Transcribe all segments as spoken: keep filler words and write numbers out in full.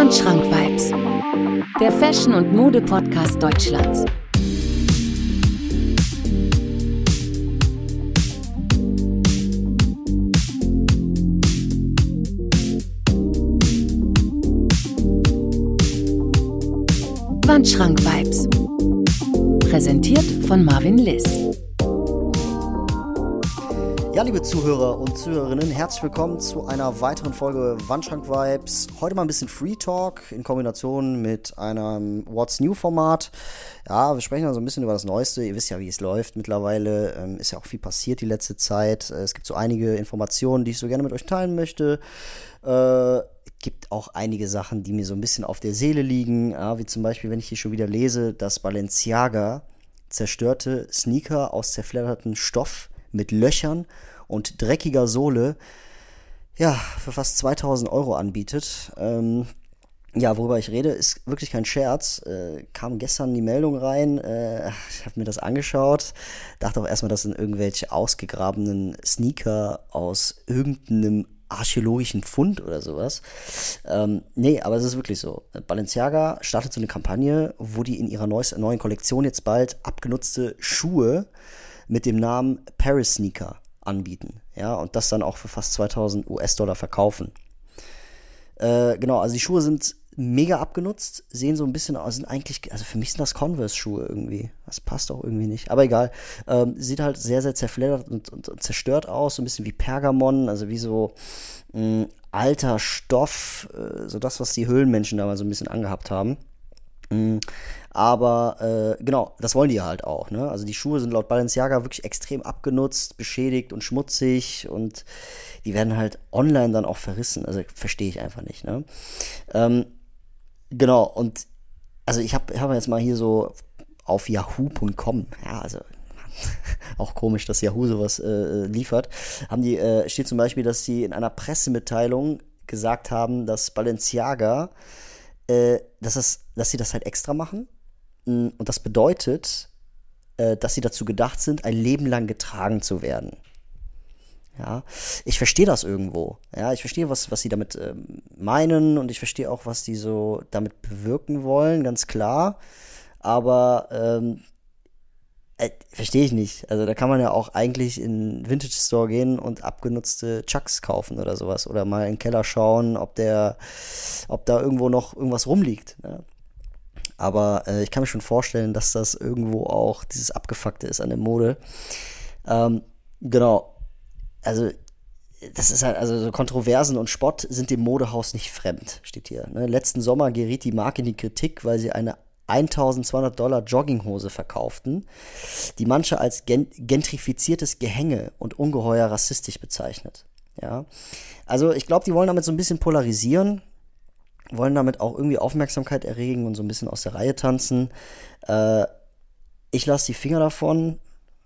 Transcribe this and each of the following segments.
Wandschrank-Vibes, der Fashion- und Mode-Podcast Deutschlands. Wandschrank-Vibes, präsentiert von Marvin Liss. Ja, liebe Zuhörer und Zuhörerinnen, herzlich willkommen zu einer weiteren Folge Wandschrank-Vibes. Heute mal ein bisschen Free Talk in Kombination mit einem What's New-Format. Ja, wir sprechen also ein bisschen über das Neueste. Ihr wisst ja, wie es läuft mittlerweile. Ähm, ist ja auch viel passiert die letzte Zeit. Es gibt so einige Informationen, die ich so gerne mit euch teilen möchte. Äh, gibt auch einige Sachen, die mir so ein bisschen auf der Seele liegen. Ja, wie zum Beispiel, wenn ich hier schon wieder lese, dass Balenciaga zerstörte Sneaker aus zerfleddertem Stoff mit Löchern und dreckiger Sohle, ja, für fast zweitausend Euro anbietet. Ähm, ja, worüber ich rede, ist wirklich kein Scherz. Äh, kam gestern die Meldung rein, äh, ich habe mir das angeschaut, dachte auch erstmal, das sind irgendwelche ausgegrabenen Sneaker aus irgendeinem archäologischen Fund oder sowas. Ähm, nee, aber es ist wirklich so. Balenciaga startet so eine Kampagne, wo die in ihrer neues, neuen Kollektion jetzt bald abgenutzte Schuhe mit dem Namen Paris Sneaker anbieten, ja, und das dann auch für fast zweitausend US-Dollar verkaufen. Äh, genau, also die Schuhe sind mega abgenutzt, sehen so ein bisschen aus, sind eigentlich, also für mich sind das Converse-Schuhe irgendwie, das passt auch irgendwie nicht, aber egal, ähm, sieht halt sehr, sehr zerfleddert und, und, und zerstört aus, so ein bisschen wie Pergamon, also wie so mh, alter Stoff, äh, so das, was die Höhlenmenschen damals so ein bisschen angehabt haben. Mhm. Aber äh, genau, das wollen die halt auch, ne? Also die Schuhe sind laut Balenciaga wirklich extrem abgenutzt, beschädigt und schmutzig und die werden halt online dann auch verrissen. Also verstehe ich einfach nicht, ne? Ähm, genau, und also ich habe hab jetzt mal hier so auf yahoo punkt com, ja, also auch komisch, dass Yahoo sowas äh, liefert, haben die, äh, steht zum Beispiel, dass sie in einer Pressemitteilung gesagt haben, dass Balenciaga Äh, dass, das, dass sie das halt extra machen. Und das bedeutet, äh, dass sie dazu gedacht sind, ein Leben lang getragen zu werden. Ja, ich verstehe das irgendwo. Ja, ich verstehe, was, was sie damit ähm, meinen und ich verstehe auch, was die so damit bewirken wollen, ganz klar. Aber ähm, äh, verstehe ich nicht. Also da kann man ja auch eigentlich in einen Vintage Store gehen und abgenutzte Chucks kaufen oder sowas. Oder mal in den Keller schauen, ob der, ob da irgendwo noch irgendwas rumliegt. Ne? Aber äh, ich kann mir schon vorstellen, dass das irgendwo auch dieses Abgefuckte ist an der Mode. Ähm, genau. Also das ist halt, also so Kontroversen und Spott sind dem Modehaus nicht fremd, steht hier. Ne? Letzten Sommer geriet die Marke in die Kritik, weil sie eine eintausendzweihundert Dollar Jogginghose verkauften, die manche als gen- gentrifiziertes Gehänge und ungeheuer rassistisch bezeichnet. Ja, also ich glaube, die wollen damit so ein bisschen polarisieren, wollen damit auch irgendwie Aufmerksamkeit erregen und so ein bisschen aus der Reihe tanzen. Äh, ich lasse die Finger davon,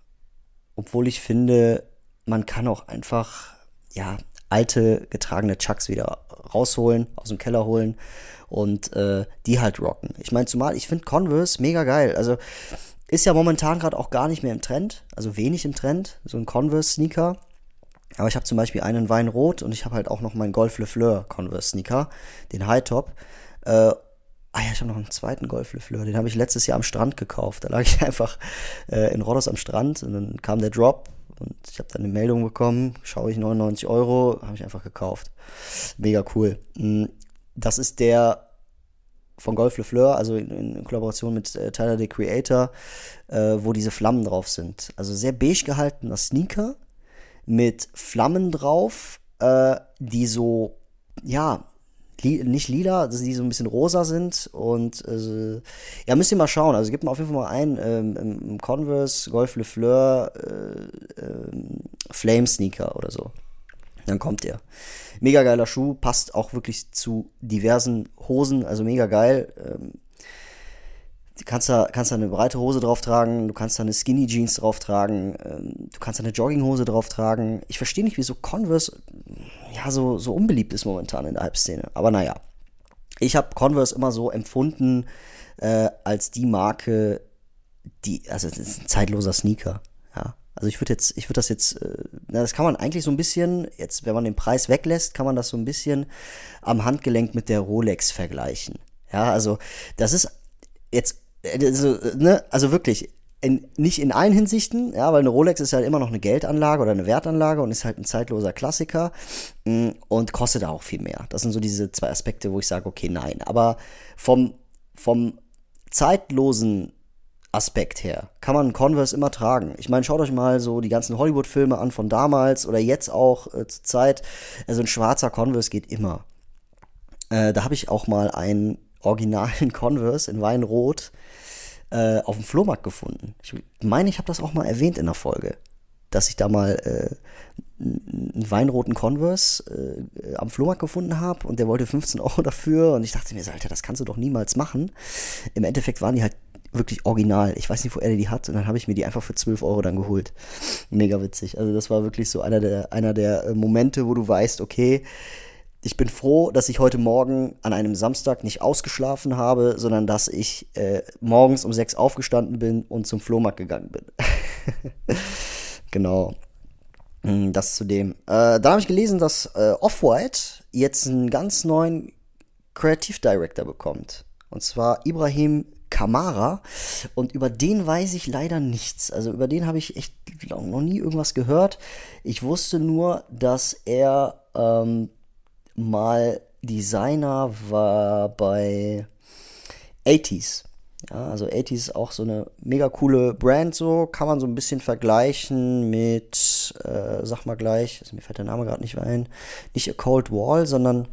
obwohl ich finde, man kann auch einfach, ja, alte, getragene Chucks wieder rausholen, aus dem Keller holen und äh, die halt rocken. Ich meine, zumal, ich finde Converse mega geil. Also ist ja momentan gerade auch gar nicht mehr im Trend, also wenig im Trend, so ein Converse-Sneaker. Aber ich habe zum Beispiel einen Weinrot und ich habe halt auch noch meinen Golf Le Fleur Converse-Sneaker, den High Top. Äh, ah ja, ich habe noch einen zweiten Golf Le Fleur, den habe ich letztes Jahr am Strand gekauft. Da lag ich einfach äh, in Rhodos am Strand und dann kam der Drop. Und ich habe dann eine Meldung bekommen, schaue ich neunundneunzig Euro, habe ich einfach gekauft. Mega cool. Das ist der von Golf Le Fleur, also in, in Kollaboration mit äh, Tyler, the Creator, äh, wo diese Flammen drauf sind. Also sehr beige gehaltener Sneaker mit Flammen drauf, äh, die so, ja, li- nicht lila, also die so ein bisschen rosa sind und äh, ja, müsst ihr mal schauen, also gebt mal auf jeden Fall mal ein, ähm, im Converse, Golf Le Fleur, äh, äh, Flame Sneaker oder so. Dann kommt der. Mega geiler Schuh, passt auch wirklich zu diversen Hosen, also mega geil. Ähm, du kannst da, kannst da eine breite Hose drauf tragen, du kannst da eine Skinny Jeans drauf tragen, ähm, du kannst da eine Jogginghose drauf tragen. Ich verstehe nicht, wieso Converse ja so, so unbeliebt ist momentan in der Hype-Szene. Aber naja, ich habe Converse immer so empfunden äh, als die Marke, die, also das ist ein zeitloser Sneaker, ja. Also ich würde jetzt, ich würde das jetzt, äh, na, das kann man eigentlich so ein bisschen, jetzt, wenn man den Preis weglässt, kann man das so ein bisschen am Handgelenk mit der Rolex vergleichen. Ja, also das ist jetzt, also, ne, also wirklich, in, nicht in allen Hinsichten, ja, weil eine Rolex ist halt immer noch eine Geldanlage oder eine Wertanlage und ist halt ein zeitloser Klassiker mh, und kostet auch viel mehr. Das sind so diese zwei Aspekte, wo ich sage, okay, nein. Aber vom, vom zeitlosen Aspekt her kann man einen Converse immer tragen. Ich meine, schaut euch mal so die ganzen Hollywood-Filme an von damals oder jetzt auch äh, zur Zeit. Also ein schwarzer Converse geht immer. Äh, da habe ich auch mal einen originalen Converse in Weinrot äh, auf dem Flohmarkt gefunden. Ich meine, ich habe das auch mal erwähnt in der Folge, dass ich da mal äh, einen weinroten Converse äh, am Flohmarkt gefunden habe und der wollte fünfzehn Euro dafür und ich dachte mir, Alter, das kannst du doch niemals machen. Im Endeffekt waren die halt wirklich original. Ich weiß nicht, wo er die hat und dann habe ich mir die einfach für zwölf Euro dann geholt. Mega witzig. Also das war wirklich so einer der, einer der Momente, wo du weißt, okay, ich bin froh, dass ich heute Morgen an einem Samstag nicht ausgeschlafen habe, sondern dass ich äh, morgens um sechs aufgestanden bin und zum Flohmarkt gegangen bin. Genau. Das zu dem. Äh, da habe ich gelesen, dass äh, Off-White jetzt einen ganz neuen Creative Director bekommt. Und zwar Ibrahim Kamara. Und über den weiß ich leider nichts. Also über den habe ich echt glaub, noch nie irgendwas gehört. Ich wusste nur, dass er ähm, mal Designer war bei achtziger. Ja, also achtziger ist auch so eine mega coole Brand, so kann man so ein bisschen vergleichen mit, äh, sag mal gleich, also mir fällt der Name gerade nicht ein, nicht A Cold Wall, sondern,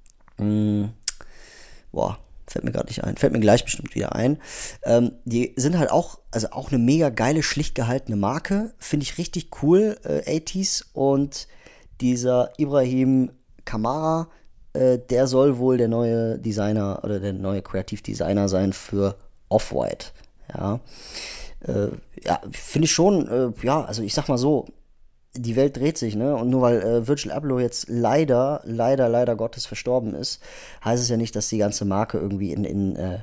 mh, boah, fällt mir gerade nicht ein, fällt mir gleich bestimmt wieder ein. Ähm, die sind halt auch, also auch eine mega geile, schlicht gehaltene Marke, finde ich richtig cool, äh, achtziger, und dieser Ibrahim Kamara, äh, der soll wohl der neue Designer oder der neue Kreativdesigner sein für Off-White. Ja, äh, ja, finde ich schon, äh, ja, also ich sag mal so, die Welt dreht sich, ne? Und nur weil äh, Virgil Abloh jetzt leider, leider, leider Gottes verstorben ist, heißt es ja nicht, dass die ganze Marke irgendwie in, in äh,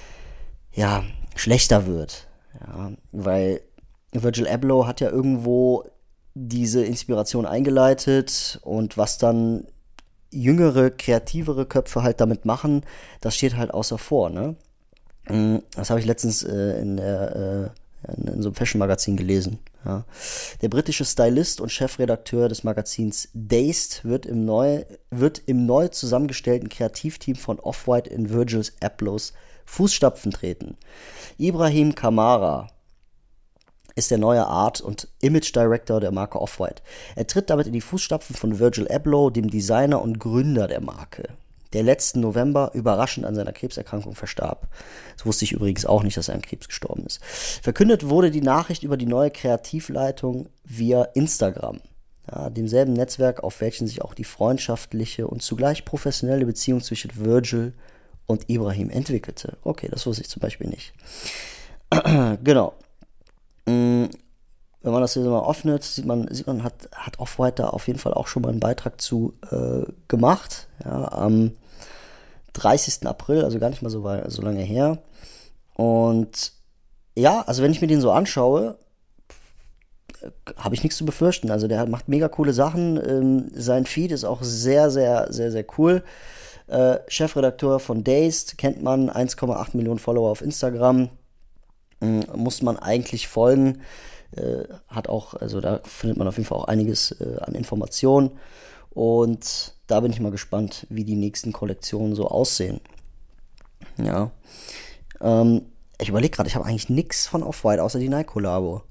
ja, schlechter wird. Ja, weil Virgil Abloh hat ja irgendwo diese Inspiration eingeleitet und was dann jüngere, kreativere Köpfe halt damit machen, das steht halt außer vor, ne? Das habe ich letztens äh, in, der, äh, in, in so einem Fashion-Magazin gelesen. Ja. Der britische Stylist und Chefredakteur des Magazins Dazed wird im neu, wird im neu zusammengestellten Kreativteam von Off-White in Virgil Ablohs Fußstapfen treten. Ibrahim Kamara ist der neue Art- und Image-Director der Marke Off-White. Er tritt damit in die Fußstapfen von Virgil Abloh, dem Designer und Gründer der Marke, der letzten November überraschend an seiner Krebserkrankung verstarb. Das wusste ich übrigens auch nicht, dass er an Krebs gestorben ist. Verkündet wurde die Nachricht über die neue Kreativleitung via Instagram, ja, demselben Netzwerk, auf welchem sich auch die freundschaftliche und zugleich professionelle Beziehung zwischen Virgil und Ibrahim entwickelte. Okay, das wusste ich zum Beispiel nicht. Genau. Wenn man das hier mal öffnet, sieht man, sieht man hat, hat Off-White da auf jeden Fall auch schon mal einen Beitrag zu äh, gemacht. Ja, am dreißigsten April, also gar nicht mal so, so lange her. Und ja, also wenn ich mir den so anschaue, habe ich nichts zu befürchten. Also der macht mega coole Sachen. Ähm, sein Feed ist auch sehr, sehr, sehr, sehr cool. Äh, Chefredakteur von Dazed, kennt man, eins Komma acht Millionen Follower auf Instagram. Ähm, muss man eigentlich folgen. Äh, hat auch, also da findet man auf jeden Fall auch einiges äh, an Informationen. Und da bin ich mal gespannt, wie die nächsten Kollektionen so aussehen. Ja. Ähm, ich überlege gerade, ich habe eigentlich nichts von Off-White, außer die Nike-Kollabo.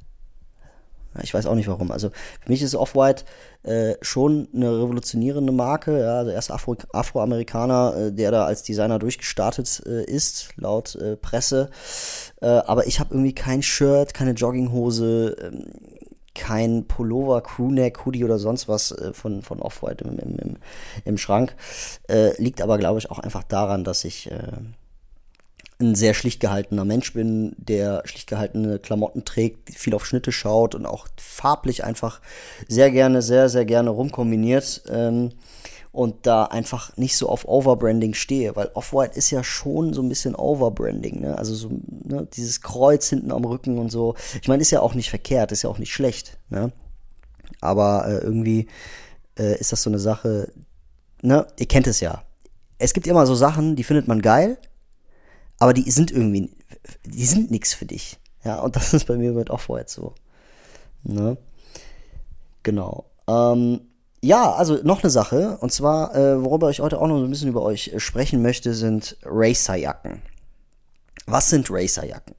Ich weiß auch nicht warum. Also für mich ist Off-White äh, schon eine revolutionierende Marke. Ja, der erste Afro- Afroamerikaner, äh, der da als Designer durchgestartet äh, ist, laut äh, Presse. Äh, aber ich habe irgendwie kein Shirt, keine Jogginghose, ähm, kein Pullover, Crewneck, Hoodie oder sonst was äh, von, von Off-White im, im, im, im Schrank. Äh, liegt aber, glaube ich, auch einfach daran, dass ich äh, ein sehr schlicht gehaltener Mensch bin, der schlicht gehaltene Klamotten trägt, viel auf Schnitte schaut und auch farblich einfach sehr gerne, sehr, sehr gerne rumkombiniert. Ähm, und da einfach nicht so auf Overbranding stehe, weil Off-White ist ja schon so ein bisschen Overbranding, ne? Also so, ne, dieses Kreuz hinten am Rücken und so. Ich meine, ist ja auch nicht verkehrt, ist ja auch nicht schlecht, ne? Aber äh, irgendwie äh, ist das so eine Sache, ne? Ihr kennt es ja. Es gibt immer so Sachen, die findet man geil, aber die sind irgendwie, die sind nix für dich. Ja, und das ist bei mir mit Off-White so. Ne? Genau. Ähm, ja, also noch eine Sache, und zwar, äh, worüber ich heute auch noch so ein bisschen über euch äh, sprechen möchte, sind Racerjacken. Was sind Racerjacken?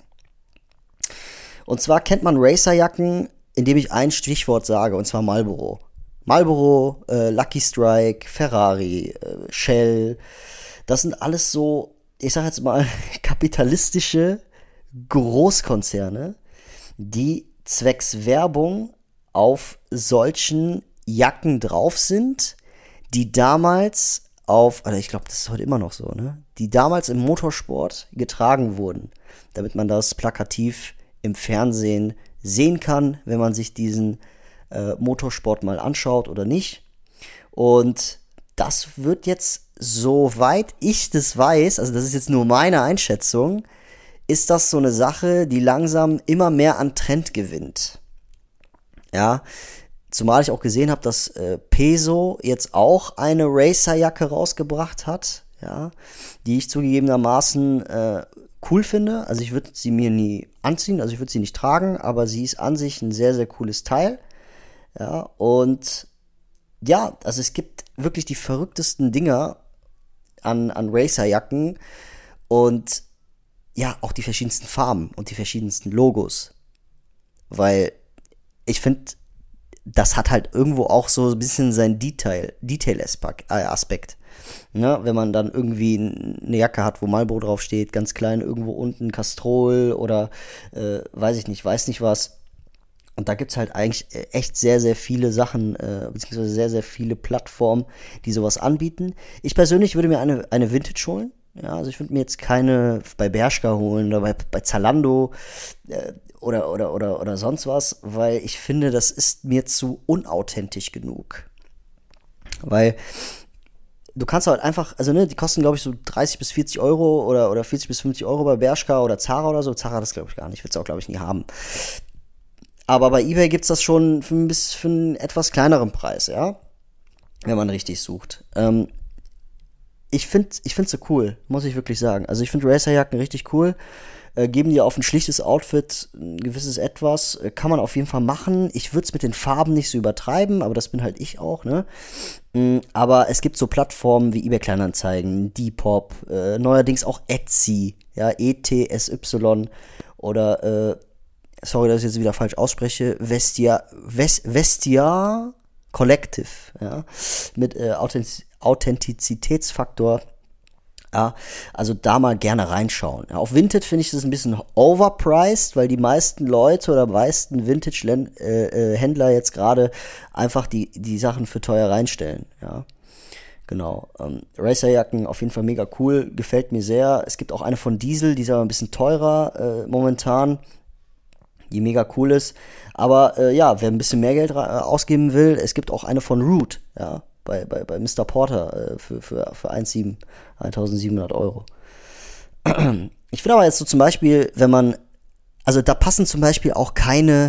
Und zwar kennt man Racerjacken, indem ich ein Stichwort sage, und zwar Marlboro. Marlboro, äh, Lucky Strike, Ferrari, äh, Shell, das sind alles so, ich sag jetzt mal, kapitalistische Großkonzerne, die zwecks Werbung auf solchen Jacken drauf sind, die damals auf, also ich glaube, das ist heute immer noch so, ne? Die damals im Motorsport getragen wurden, damit man das plakativ im Fernsehen sehen kann, wenn man sich diesen äh, Motorsport mal anschaut oder nicht. Und das wird jetzt, soweit ich das weiß, also das ist jetzt nur meine Einschätzung, ist das so eine Sache, die langsam immer mehr an Trend gewinnt. Ja, zumal ich auch gesehen habe, dass äh, Peso jetzt auch eine Racerjacke rausgebracht hat, ja, die ich zugegebenermaßen äh, cool finde. Also ich würde sie mir nie anziehen, also ich würde sie nicht tragen, aber sie ist an sich ein sehr, sehr cooles Teil. Ja, und ja, also es gibt wirklich die verrücktesten Dinger an, an Racerjacken und ja, auch die verschiedensten Farben und die verschiedensten Logos. Weil ich finde, das hat halt irgendwo auch so ein bisschen seinen Detail, Detail-Aspekt. Ne? Wenn man dann irgendwie eine Jacke hat, wo Marlboro draufsteht, ganz klein irgendwo unten Castrol oder äh, weiß ich nicht, weiß nicht was. Und da gibt's halt eigentlich echt sehr, sehr viele Sachen, äh, beziehungsweise sehr, sehr viele Plattformen, die sowas anbieten. Ich persönlich würde mir eine, eine Vintage holen. Ja, also ich würde mir jetzt keine bei Bershka holen oder bei, bei Zalando äh, oder, oder, oder, oder sonst was, weil ich finde, das ist mir zu unauthentisch genug. Weil du kannst halt einfach, also ne, die kosten glaube ich so dreißig bis vierzig Euro oder, oder vierzig bis fünfzig Euro bei Bershka oder Zara oder so. Zara das glaube ich gar nicht, würde es auch glaube ich nie haben. Aber bei eBay gibt's das schon für, ein bisschen, für einen etwas kleineren Preis, ja, wenn man richtig sucht. Ähm, ich finde ich finde sie cool, muss ich wirklich sagen. Also ich finde Racerjacken richtig cool. Äh, geben dir auf ein schlichtes Outfit ein gewisses Etwas. Äh, kann man auf jeden Fall machen. Ich würde es mit den Farben nicht so übertreiben, aber das bin halt ich auch, ne? Mm, aber es gibt so Plattformen wie eBay Kleinanzeigen, Depop, äh, neuerdings auch Etsy, ja, E T S Y oder, äh, sorry, dass ich jetzt wieder falsch ausspreche, Vestia, Ves, Vestia Collective, ja, mit äh, Authentiz- Authentizitätsfaktor. Ja, also da mal gerne reinschauen. Ja, auf Vinted finde ich das ein bisschen overpriced, weil die meisten Leute oder meisten Vintage-Händler jetzt gerade einfach die, die Sachen für teuer reinstellen. Ja, genau. Ähm, Racerjacken auf jeden Fall mega cool, gefällt mir sehr. Es gibt auch eine von Diesel, die ist aber ein bisschen teurer äh, momentan, die mega cool ist. Aber äh, ja, wer ein bisschen mehr Geld ra- ausgeben will, es gibt auch eine von Root, ja. Bei, bei, bei Mister Porter äh, für, für, für eintausendsiebenhundert Euro. Ich finde aber jetzt so zum Beispiel, wenn man, also da passen zum Beispiel auch keine,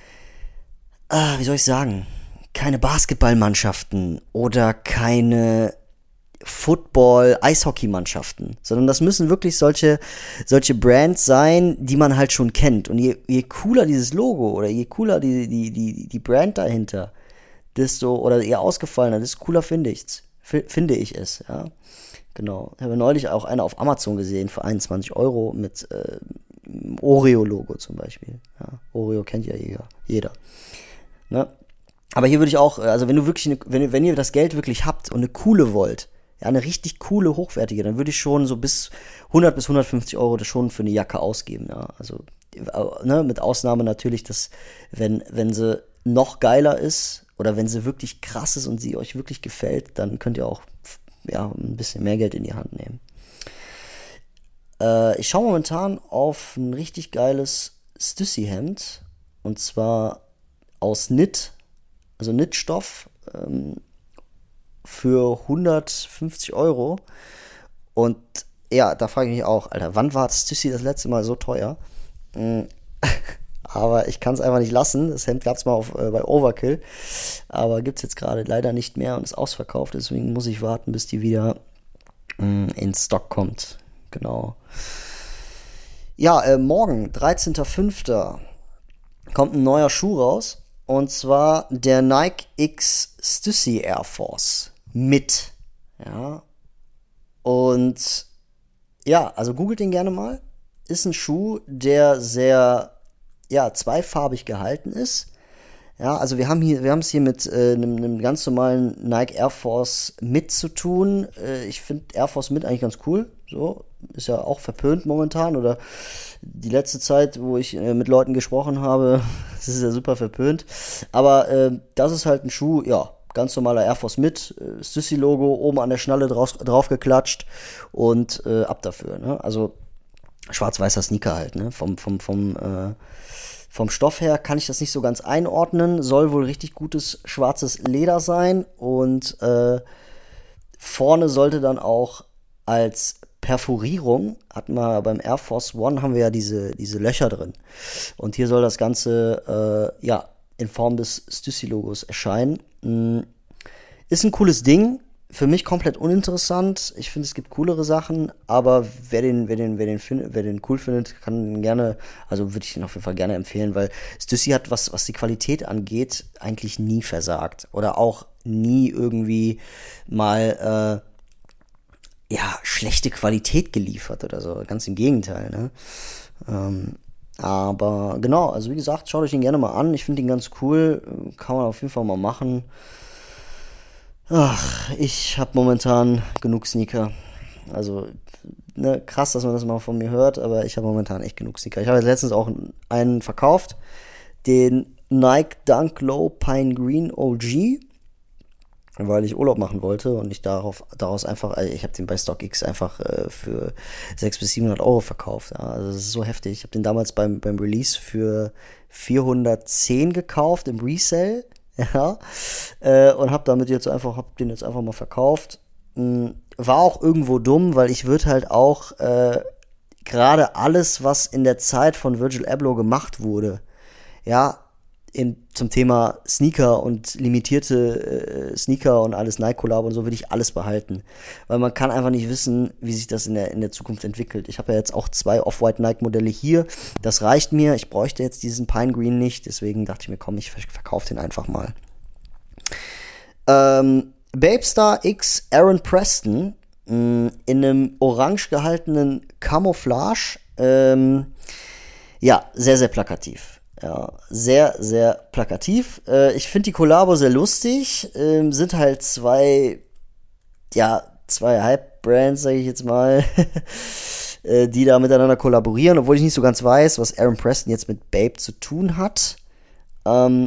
ah, wie soll ich sagen, keine Basketballmannschaften oder keine Football-, Eishockeymannschaften, sondern das müssen wirklich solche, solche Brands sein, die man halt schon kennt. Und je, je cooler dieses Logo oder je cooler die, die, die, die Brand dahinter, desto, oder eher ausgefallener, desto cooler finde ich's, finde ich es, ja. Genau. Ich habe neulich auch eine auf Amazon gesehen für einundzwanzig Euro mit äh, Oreo-Logo zum Beispiel. Ja, Oreo kennt ja jeder. jeder. Ne? Aber hier würde ich auch, also wenn du wirklich, eine, wenn, wenn ihr das Geld wirklich habt und eine coole wollt, ja, eine richtig coole, hochwertige, dann würde ich schon so bis hundert bis hundertfünfzig Euro das schon für eine Jacke ausgeben, ja. Also, ne, mit Ausnahme natürlich, dass, wenn, wenn sie noch geiler ist, oder wenn sie wirklich krass ist und sie euch wirklich gefällt, dann könnt ihr auch ja, ein bisschen mehr Geld in die Hand nehmen. Äh, ich schaue momentan auf ein richtig geiles Stussy-Hemd. Und zwar aus Knit, also Knitstoff, ähm, für hundertfünfzig Euro. Und ja, da frage ich mich auch, Alter, wann war Stussy das letzte Mal so teuer? Mhm. Aber ich kann es einfach nicht lassen. Das Hemd gab es mal auf, äh, bei Overkill. Aber gibt es jetzt gerade leider nicht mehr und ist ausverkauft. Deswegen muss ich warten, bis die wieder mh, in Stock kommt. Genau. Ja, äh, morgen, dreizehnter fünfter kommt ein neuer Schuh raus. Und zwar der Nike X Stussy Air Force mit. Ja. Und ja, also googelt den gerne mal. Ist ein Schuh, der sehr ja, zweifarbig gehalten ist. Ja, also wir haben hier, wir haben es hier mit äh, einem, einem ganz normalen Nike Air Force mit zu tun. Äh, ich finde Air Force mit eigentlich ganz cool. So, ist ja auch verpönt momentan. Oder die letzte Zeit, wo ich äh, mit Leuten gesprochen habe, das ist ja super verpönt. Aber äh, das ist halt ein Schuh, ja, ganz normaler Air Force mit, äh, Stussy-Logo, oben an der Schnalle drauf, drauf geklatscht und äh, ab dafür. Ne? Also schwarz-weißer Sneaker halt, ne? Vom, vom, vom, äh, vom Stoff her kann ich das nicht so ganz einordnen. Soll wohl richtig gutes schwarzes Leder sein. Und äh, vorne sollte dann auch als Perforierung, hatten wir beim Air Force One, haben wir ja diese, diese Löcher drin. Und hier soll das Ganze äh, ja, in Form des Stussy-Logos erscheinen. Ist ein cooles Ding. Für mich komplett uninteressant. Ich finde, es gibt coolere Sachen, aber wer den, wer den, wer den, find, wer den cool findet, kann gerne, also würde ich den auf jeden Fall gerne empfehlen, weil Stussy hat, was, was die Qualität angeht, eigentlich nie versagt. Oder auch nie irgendwie mal, äh, ja, schlechte Qualität geliefert oder so. Ganz im Gegenteil, ne? Ähm, aber genau, also wie gesagt, schaut euch den gerne mal an. Ich finde den ganz cool. Kann man auf jeden Fall mal machen. Ach, ich habe momentan genug Sneaker. Also, ne, krass, dass man das mal von mir hört, aber ich habe momentan echt genug Sneaker. Ich habe jetzt letztens auch einen verkauft, den Nike Dunk Low Pine Green O G, weil ich Urlaub machen wollte und ich darauf, daraus einfach, ich habe den bei StockX einfach äh, für sechshundert bis siebenhundert Euro verkauft. Ja, also das ist so heftig. Ich habe den damals beim, beim Release für vierhundertzehn gekauft im Resell. Ja, äh, und hab damit jetzt einfach, hab den jetzt einfach mal verkauft. Mhm. War auch irgendwo dumm, weil ich würde halt auch äh, gerade alles, was in der Zeit von Virgil Abloh gemacht wurde, ja, in, zum Thema Sneaker und limitierte äh, Sneaker und alles Nike-Collab und so, würde ich alles behalten. Weil man kann einfach nicht wissen, wie sich das in der, in der Zukunft entwickelt. Ich habe ja jetzt auch zwei Off-White Nike-Modelle hier. Das reicht mir. Ich bräuchte jetzt diesen Pine Green nicht. Deswegen dachte ich mir, komm, ich verkaufe den einfach mal. Ähm, Babestar X Aaron Preston mh, in einem orange gehaltenen Camouflage. Ähm, ja, sehr, sehr plakativ. Ja, sehr, sehr plakativ. Äh, ich finde die Kollabo sehr lustig. Ähm, sind halt zwei, ja, zwei Hype-Brands, sage ich jetzt mal, äh, die da miteinander kollaborieren, obwohl ich nicht so ganz weiß, was Aaron Preston jetzt mit Babe zu tun hat. Ähm,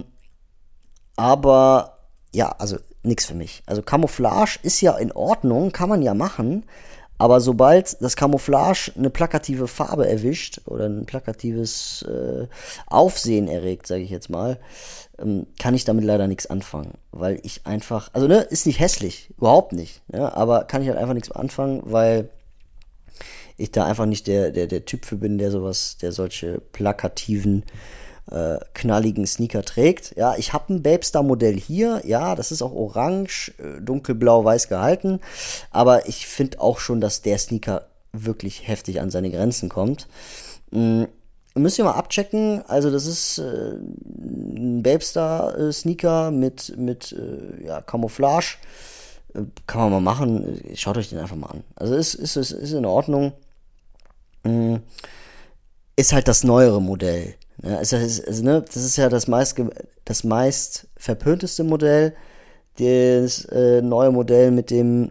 aber, ja, also nix für mich. Also Camouflage ist ja in Ordnung, kann man ja machen. Aber sobald das Camouflage eine plakative Farbe erwischt oder ein plakatives äh, Aufsehen erregt, sage ich jetzt mal, ähm, kann ich damit leider nichts anfangen. Weil ich einfach, also ne, ist nicht hässlich, überhaupt nicht. Ja, aber kann ich halt einfach nichts anfangen, weil ich da einfach nicht der, der, der Typ für bin, der sowas, der solche plakativen Äh, knalligen Sneaker trägt. Ja, ich habe ein Babestar-Modell hier. Ja, das ist auch orange, äh, dunkelblau-weiß gehalten. Aber ich finde auch schon, dass der Sneaker wirklich heftig an seine Grenzen kommt. Mhm. Müsst ihr mal abchecken. Also das ist äh, ein Babestar-Sneaker mit, mit äh, ja, Camouflage. Äh, kann man mal machen. Schaut euch den einfach mal an. Also ist, ist, ist, ist in Ordnung. Mhm. Ist halt das neuere Modell. Ja, ist, ist, ne, das ist ja das meist, das meist verpönteste Modell. Das äh, neue Modell mit dem,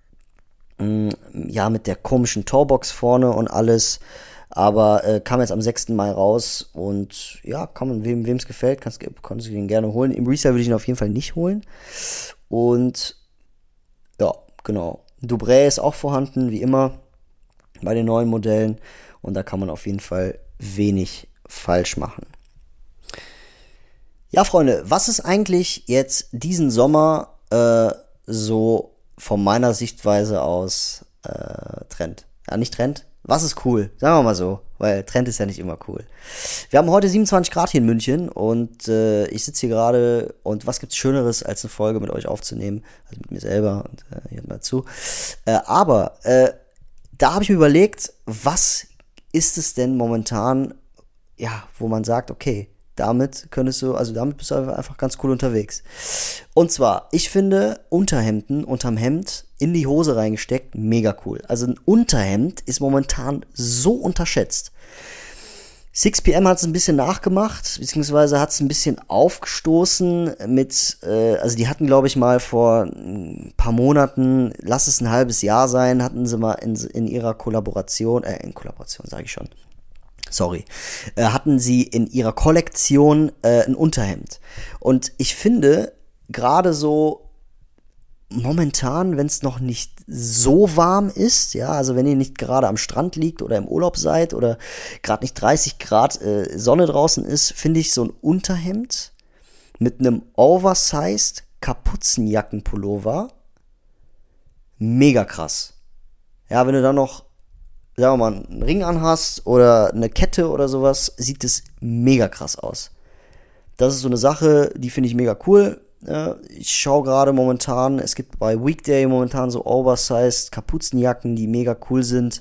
mh, ja, mit der komischen Torbox vorne und alles. Aber äh, kam jetzt am sechsten Mai raus und ja, kann man, wem es gefällt, kannst du ihn gerne holen. Im Resale würde ich ihn auf jeden Fall nicht holen. Und ja, genau. Dubré ist auch vorhanden, wie immer, bei den neuen Modellen. Und da kann man auf jeden Fall wenig falsch machen. Ja, Freunde, was ist eigentlich jetzt diesen Sommer äh, so von meiner Sichtweise aus äh, Trend. Ja, nicht Trend. Was ist cool? Sagen wir mal so, weil Trend ist ja nicht immer cool. Wir haben heute siebenundzwanzig Grad hier in München und äh, ich sitze hier gerade und was gibt's Schöneres, als eine Folge mit euch aufzunehmen, also mit mir selber und äh, hier mal zu. Äh, aber äh, da habe ich mir überlegt, was ist es denn momentan, ja, wo man sagt, okay, damit könntest du, also damit bist du einfach ganz cool unterwegs. Und zwar, ich finde Unterhemden unterm Hemd in die Hose reingesteckt, mega cool. Also ein Unterhemd ist momentan so unterschätzt. six P M hat es ein bisschen nachgemacht, beziehungsweise hat es ein bisschen aufgestoßen mit, äh, also die hatten, glaube ich, mal vor ein paar Monaten, lass es ein halbes Jahr sein, hatten sie mal in, in ihrer Kollaboration, äh, in Kollaboration sage ich schon, sorry, äh, hatten sie in ihrer Kollektion äh, ein Unterhemd. Und ich finde, gerade so momentan, wenn es noch nicht so warm ist, ja, also wenn ihr nicht gerade am Strand liegt oder im Urlaub seid oder gerade nicht dreißig Grad äh, Sonne draußen ist, finde ich so ein Unterhemd mit einem oversized Kapuzenjackenpullover mega krass. Ja, wenn du dann noch, sagen wir mal, einen Ring anhast oder eine Kette oder sowas, sieht es mega krass aus. Das ist so eine Sache, die finde ich mega cool. Ich schaue gerade momentan, es gibt bei Weekday momentan so oversized Kapuzenjacken, die mega cool sind.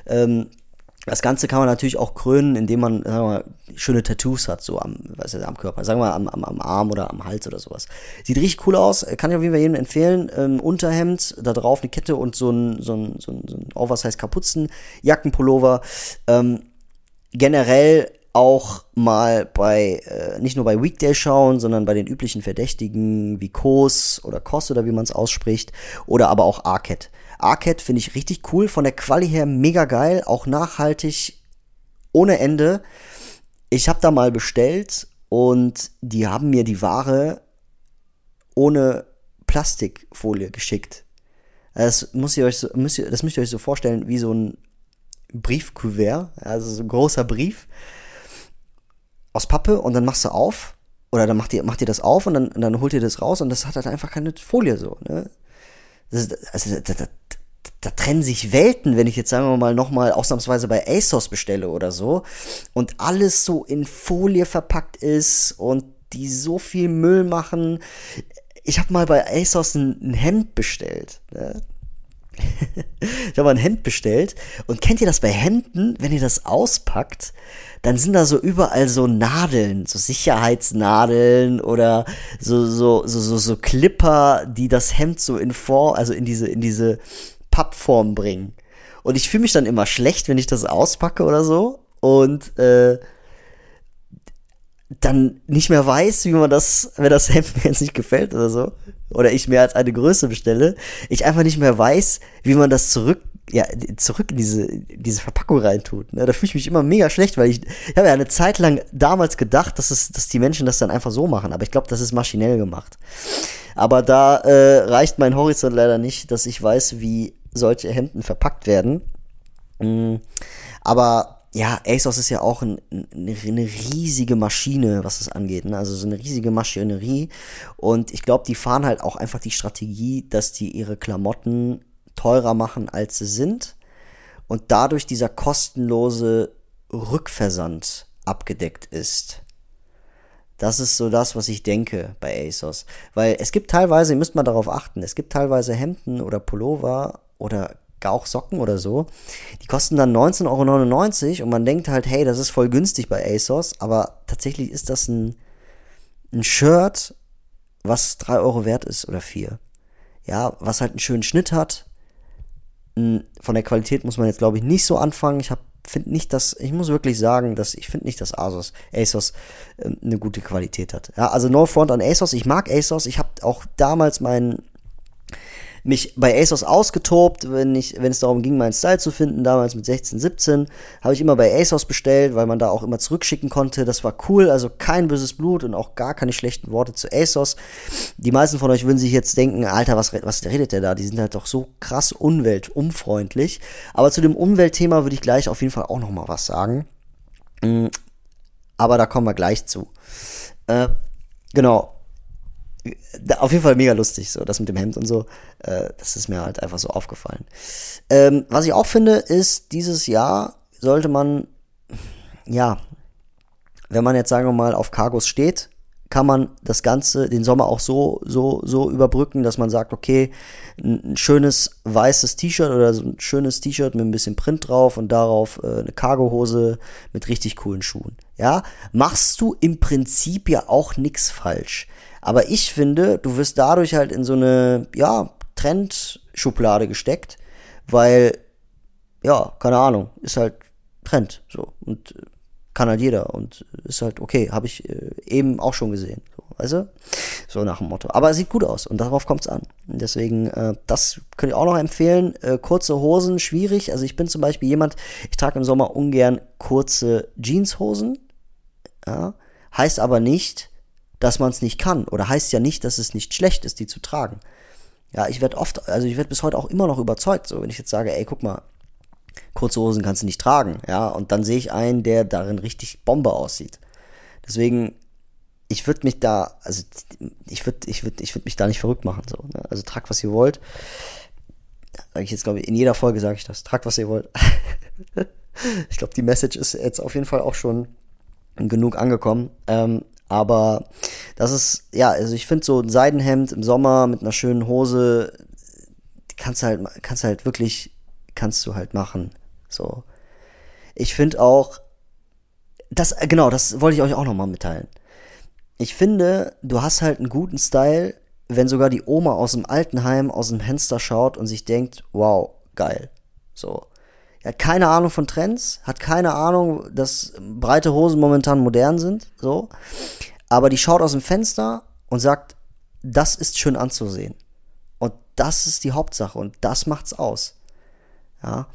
Das Ganze kann man natürlich auch krönen, indem man, sagen wir mal, schöne Tattoos hat, so am, was ist, am Körper, sagen wir mal am, am, am Arm oder am Hals oder sowas. Sieht richtig cool aus, kann ich auf jeden Fall jedem empfehlen. Ähm, Unterhemd, da drauf eine Kette und so ein, so ein, so ein, so ein oversized Kapuzenjackenpullover. Ähm, generell auch mal bei, äh, nicht nur bei Weekday schauen, sondern bei den üblichen Verdächtigen wie Kos oder Kos oder wie man es ausspricht, oder aber auch Arket. Arket finde ich richtig cool, von der Quali her mega geil, auch nachhaltig ohne Ende. Ich habe da mal bestellt und die haben mir die Ware ohne Plastikfolie geschickt. Das muss ihr euch so, müsst ihr, das müsst ihr euch so vorstellen wie so ein Briefkuvert, also so ein großer Brief aus Pappe, und dann machst du auf, oder dann macht ihr, macht ihr das auf und dann, und dann holt ihr das raus und das hat halt einfach keine Folie so, ne? Das, also, da, da, da trennen sich Welten, wenn ich jetzt, sagen wir mal, nochmal ausnahmsweise bei ASOS bestelle oder so und alles so in Folie verpackt ist und die so viel Müll machen. Ich habe mal bei ASOS ein, ein Hemd bestellt, ne? Ich habe ein Hemd bestellt und kennt ihr das bei Hemden, wenn ihr das auspackt, dann sind da so überall so Nadeln, so Sicherheitsnadeln oder so so so so, so Clipper, die das Hemd so in Form, also in diese in diese Pappform bringen. Und ich fühle mich dann immer schlecht, wenn ich das auspacke oder so und äh, dann nicht mehr weiß, wie man das, wenn das Hemd mir jetzt nicht gefällt oder so, oder ich mir als eine Größe bestelle, ich einfach nicht mehr weiß, wie man das zurück, ja, zurück in diese, diese Verpackung reintut. Ne? Da fühle ich mich immer mega schlecht, weil ich, ich habe ja eine Zeit lang damals gedacht, dass es, dass die Menschen das dann einfach so machen, aber ich glaube, das ist maschinell gemacht. Aber da äh, reicht mein Horizont leider nicht, dass ich weiß, wie solche Hemden verpackt werden. Mhm. Aber ja, ASOS ist ja auch ein, eine, eine riesige Maschine, was das angeht, ne? Also so eine riesige Maschinerie. Und ich glaube, die fahren halt auch einfach die Strategie, dass die ihre Klamotten teurer machen, als sie sind. Und dadurch dieser kostenlose Rückversand abgedeckt ist. Das ist so das, was ich denke bei ASOS. Weil es gibt teilweise, ihr müsst mal darauf achten, es gibt teilweise Hemden oder Pullover oder auch Socken oder so, die kosten dann neunzehn Euro neunundneunzig und man denkt halt, hey, das ist voll günstig bei ASOS, aber tatsächlich ist das ein, ein Shirt, was drei Euro wert ist oder vier. Ja, was halt einen schönen Schnitt hat. Von der Qualität muss man jetzt, glaube ich, nicht so anfangen. Ich finde nicht, dass, ich muss wirklich sagen, dass ich finde nicht, dass ASOS, ASOS äh, eine gute Qualität hat. Ja, also no front an ASOS, ich mag ASOS, ich habe auch damals meinen mich bei ASOS ausgetobt, wenn ich, wenn es darum ging, meinen Style zu finden, damals mit sechzehn, siebzehn, habe ich immer bei ASOS bestellt, weil man da auch immer zurückschicken konnte. Das war cool, also kein böses Blut und auch gar keine schlechten Worte zu ASOS. Die meisten von euch würden sich jetzt denken, Alter, was, was redet der da? Die sind halt doch so krass umweltunfreundlich. Aber zu dem Umweltthema würde ich gleich auf jeden Fall auch nochmal was sagen. Aber da kommen wir gleich zu. Äh, genau. Auf jeden Fall mega lustig, so das mit dem Hemd und so. Äh, das ist mir halt einfach so aufgefallen. Ähm, was ich auch finde, ist, dieses Jahr sollte man, ja, wenn man jetzt, sagen wir mal, auf Cargos steht, kann man das Ganze, den Sommer auch so, so, so überbrücken, dass man sagt, okay, ein, ein schönes weißes T-Shirt oder so ein schönes T-Shirt mit ein bisschen Print drauf und darauf äh, eine Cargohose mit richtig coolen Schuhen. Ja, machst du im Prinzip ja auch nix falsch. Aber ich finde, du wirst dadurch halt in so eine, ja, Trendschublade gesteckt, weil, ja, keine Ahnung, ist halt Trend, so, und kann halt jeder und ist halt okay, habe ich äh, eben auch schon gesehen, so, weißt du? So nach dem Motto. Aber es sieht gut aus und darauf kommt es an. Und deswegen, äh, das könnt ihr auch noch empfehlen. Äh, kurze Hosen, schwierig. Also ich bin zum Beispiel jemand, ich trage im Sommer ungern kurze Jeanshosen. Ja? Heißt aber nicht, dass man es nicht kann. Oder heißt ja nicht, dass es nicht schlecht ist, die zu tragen. Ja, ich werde oft, also ich werde bis heute auch immer noch überzeugt, so wenn ich jetzt sage, ey, guck mal, kurze Hosen kannst du nicht tragen, ja, und dann sehe ich einen, der darin richtig Bombe aussieht. Deswegen, ich würde mich da, also ich würde ich würd, ich würd mich da nicht verrückt machen, so, ne? Also tragt, was ihr wollt. Sag ich jetzt, glaube ich, in jeder Folge sage ich das. Tragt, was ihr wollt. Ich glaube, die Message ist jetzt auf jeden Fall auch schon genug angekommen. Ähm, aber das ist, ja, also ich finde so ein Seidenhemd im Sommer mit einer schönen Hose, kannst du halt, kannst du halt wirklich, kannst du halt machen. So. Ich finde auch, das, genau, das wollte ich euch auch nochmal mitteilen. Ich finde, du hast halt einen guten Style, wenn sogar die Oma aus dem Altenheim aus dem Fenster schaut und sich denkt, wow, geil. So. Er hat keine Ahnung von Trends, hat keine Ahnung, dass breite Hosen momentan modern sind, so. Aber die schaut aus dem Fenster und sagt, das ist schön anzusehen. Und das ist die Hauptsache und das macht's aus. Ja.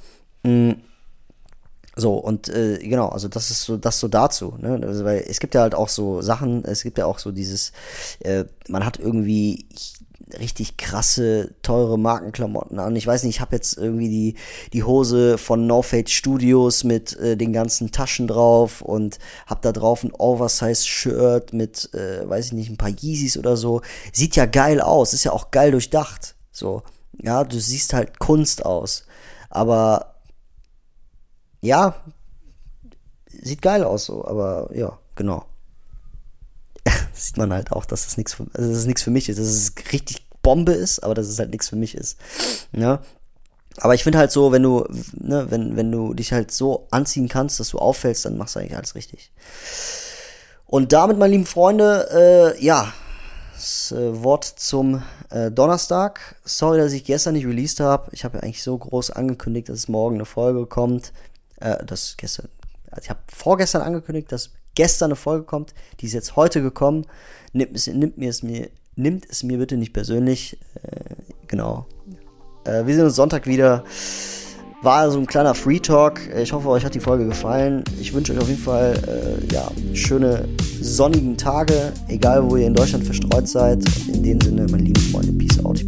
So, und äh, genau, also das ist so, das so dazu, ne? Also, weil es gibt ja halt auch so Sachen, es gibt ja auch so dieses, äh, man hat irgendwie richtig krasse, teure Markenklamotten an. Ich weiß nicht, ich habe jetzt irgendwie die die Hose von No Fade Studios mit äh, den ganzen Taschen drauf und hab da drauf ein Oversize-Shirt mit, äh, weiß ich nicht, ein paar Yeezys oder so. Sieht ja geil aus, ist ja auch geil durchdacht. So, ja, du siehst halt Kunst aus. Aber ja, sieht geil aus so, aber ja, genau. Sieht man halt auch, dass das nichts für, also dass es nichts für mich ist, dass es richtig Bombe ist, aber dass es halt nichts für mich ist. Ja. Aber ich finde halt so, wenn du, ne, wenn, wenn du dich halt so anziehen kannst, dass du auffällst, dann machst du eigentlich alles richtig. Und damit, meine lieben Freunde, äh, ja, das äh, Wort zum äh, Donnerstag. Sorry, dass ich gestern nicht released habe. Ich habe ja eigentlich so groß angekündigt, dass morgen eine Folge kommt. Äh, das gestern, also ich habe vorgestern angekündigt, dass gestern eine Folge kommt. Die ist jetzt heute gekommen. Nimmt, es, nimmt, mir, es, mir, nimmt es mir bitte nicht persönlich. Äh, genau. Äh, wir sehen uns Sonntag wieder. War so ein kleiner Free Talk. Ich hoffe, euch hat die Folge gefallen. Ich wünsche euch auf jeden Fall äh, ja, schöne sonnigen Tage, egal wo ihr in Deutschland verstreut seid. Und in dem Sinne, meine lieben Freunde, Peace out.